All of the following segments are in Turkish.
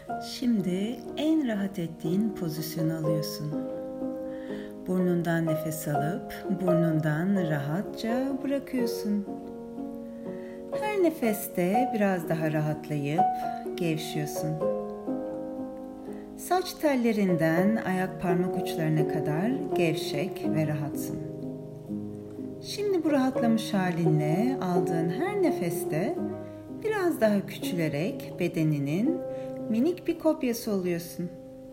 Şimdi en rahat ettiğin pozisyonu alıyorsun. Burnundan nefes alıp burnundan rahatça bırakıyorsun. Her nefeste biraz daha rahatlayıp gevşiyorsun. Saç tellerinden ayak parmak uçlarına kadar gevşek ve rahatsın. Şimdi bu rahatlamış halinle aldığın her nefeste biraz daha küçülerek bedeninin minik bir kopyası oluyorsun.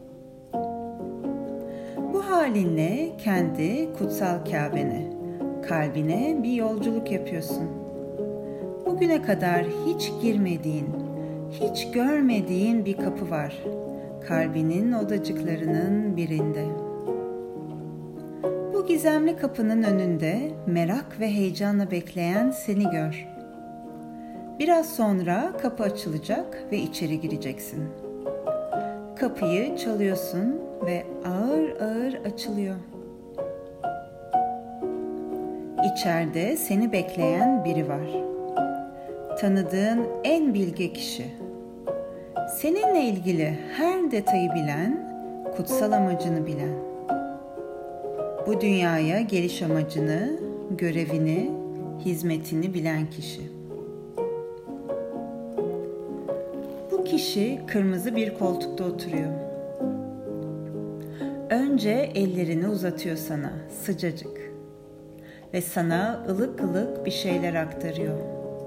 Bu halinle kendi kutsal Kabe'ne, kalbine bir yolculuk yapıyorsun. Bugüne kadar hiç girmediğin, hiç görmediğin bir kapı var. Kalbinin odacıklarının birinde. Bu gizemli kapının önünde merak ve heyecanla bekleyen seni gör. Biraz sonra kapı açılacak ve içeri gireceksin. Kapıyı çalıyorsun ve ağır ağır açılıyor. İçeride seni bekleyen biri var. Tanıdığın en bilge kişi. Seninle ilgili her detayı bilen, kutsal amacını bilen. Bu dünyaya geliş amacını, görevini, hizmetini bilen kişi. Bu kişi kırmızı bir koltukta oturuyor. Önce ellerini uzatıyor sana, sıcacık. Ve sana ılık ılık bir şeyler aktarıyor.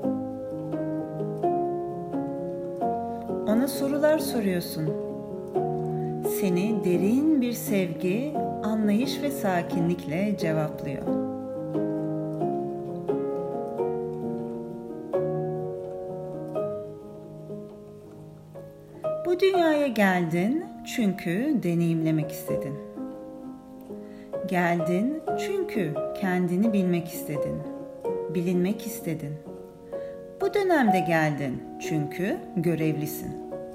Ona sorular soruyorsun. Seni derin bir sevgi, anlayış ve sakinlikle cevaplıyor. Bu dünyaya geldin çünkü deneyimlemek istedin. Geldin çünkü kendini bilmek istedin, bilinmek istedin. Bu dönemde geldin çünkü görevlisin.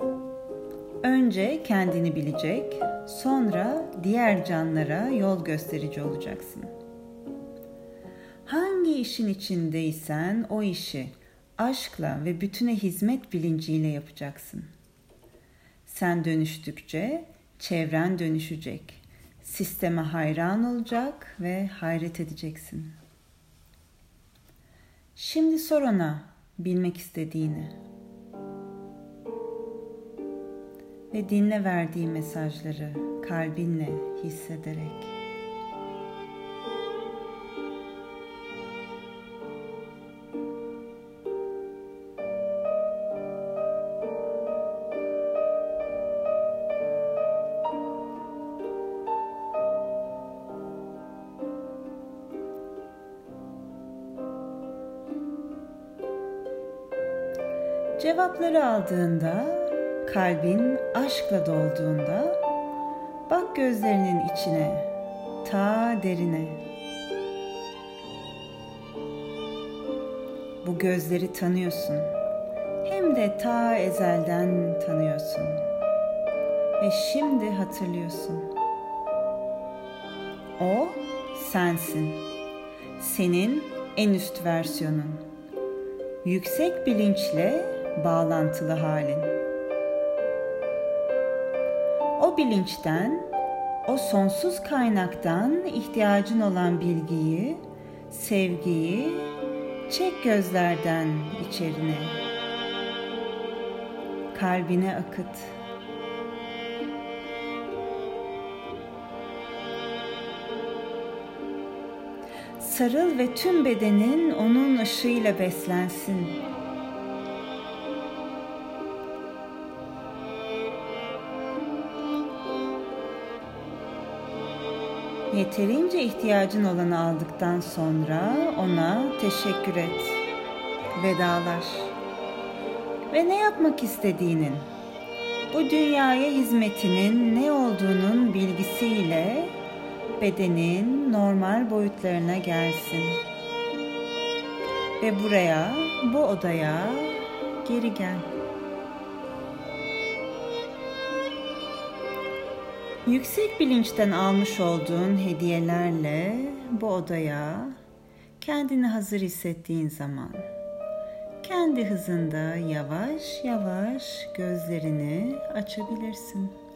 Önce kendini bilecek, sonra diğer canlara yol gösterici olacaksın. Hangi işin içindeysen o işi aşkla ve bütüne hizmet bilinciyle yapacaksın. Sen dönüştükçe çevren dönüşecek. Sisteme hayran olacak ve hayret edeceksin. Şimdi sor ona bilmek istediğini. Ve dinle verdiği mesajları kalbinle hissederek. Cevapları aldığında, kalbin aşkla dolduğunda, bak gözlerinin içine, ta derine. Bu gözleri tanıyorsun, hem de ta ezelden tanıyorsun. Ve şimdi hatırlıyorsun. O sensin, senin en üst versiyonun, yüksek bilinçle bağlantılı halin. O bilinçten, o sonsuz kaynaktan ihtiyacın olan bilgiyi, sevgiyi çek gözlerden içerine. Kalbine akıt. Sarıl ve tüm bedenin onun ışığıyla beslensin. Yeterince ihtiyacın olanı aldıktan sonra ona teşekkür et, vedalaş ve ne yapmak istediğinin, bu dünyaya hizmetinin ne olduğunun bilgisiyle bedenin normal boyutlarına gelsin. Ve buraya, bu odaya geri gel. Yüksek bilinçten almış olduğun hediyelerle bu odaya kendini hazır hissettiğin zaman kendi hızında yavaş yavaş gözlerini açabilirsin.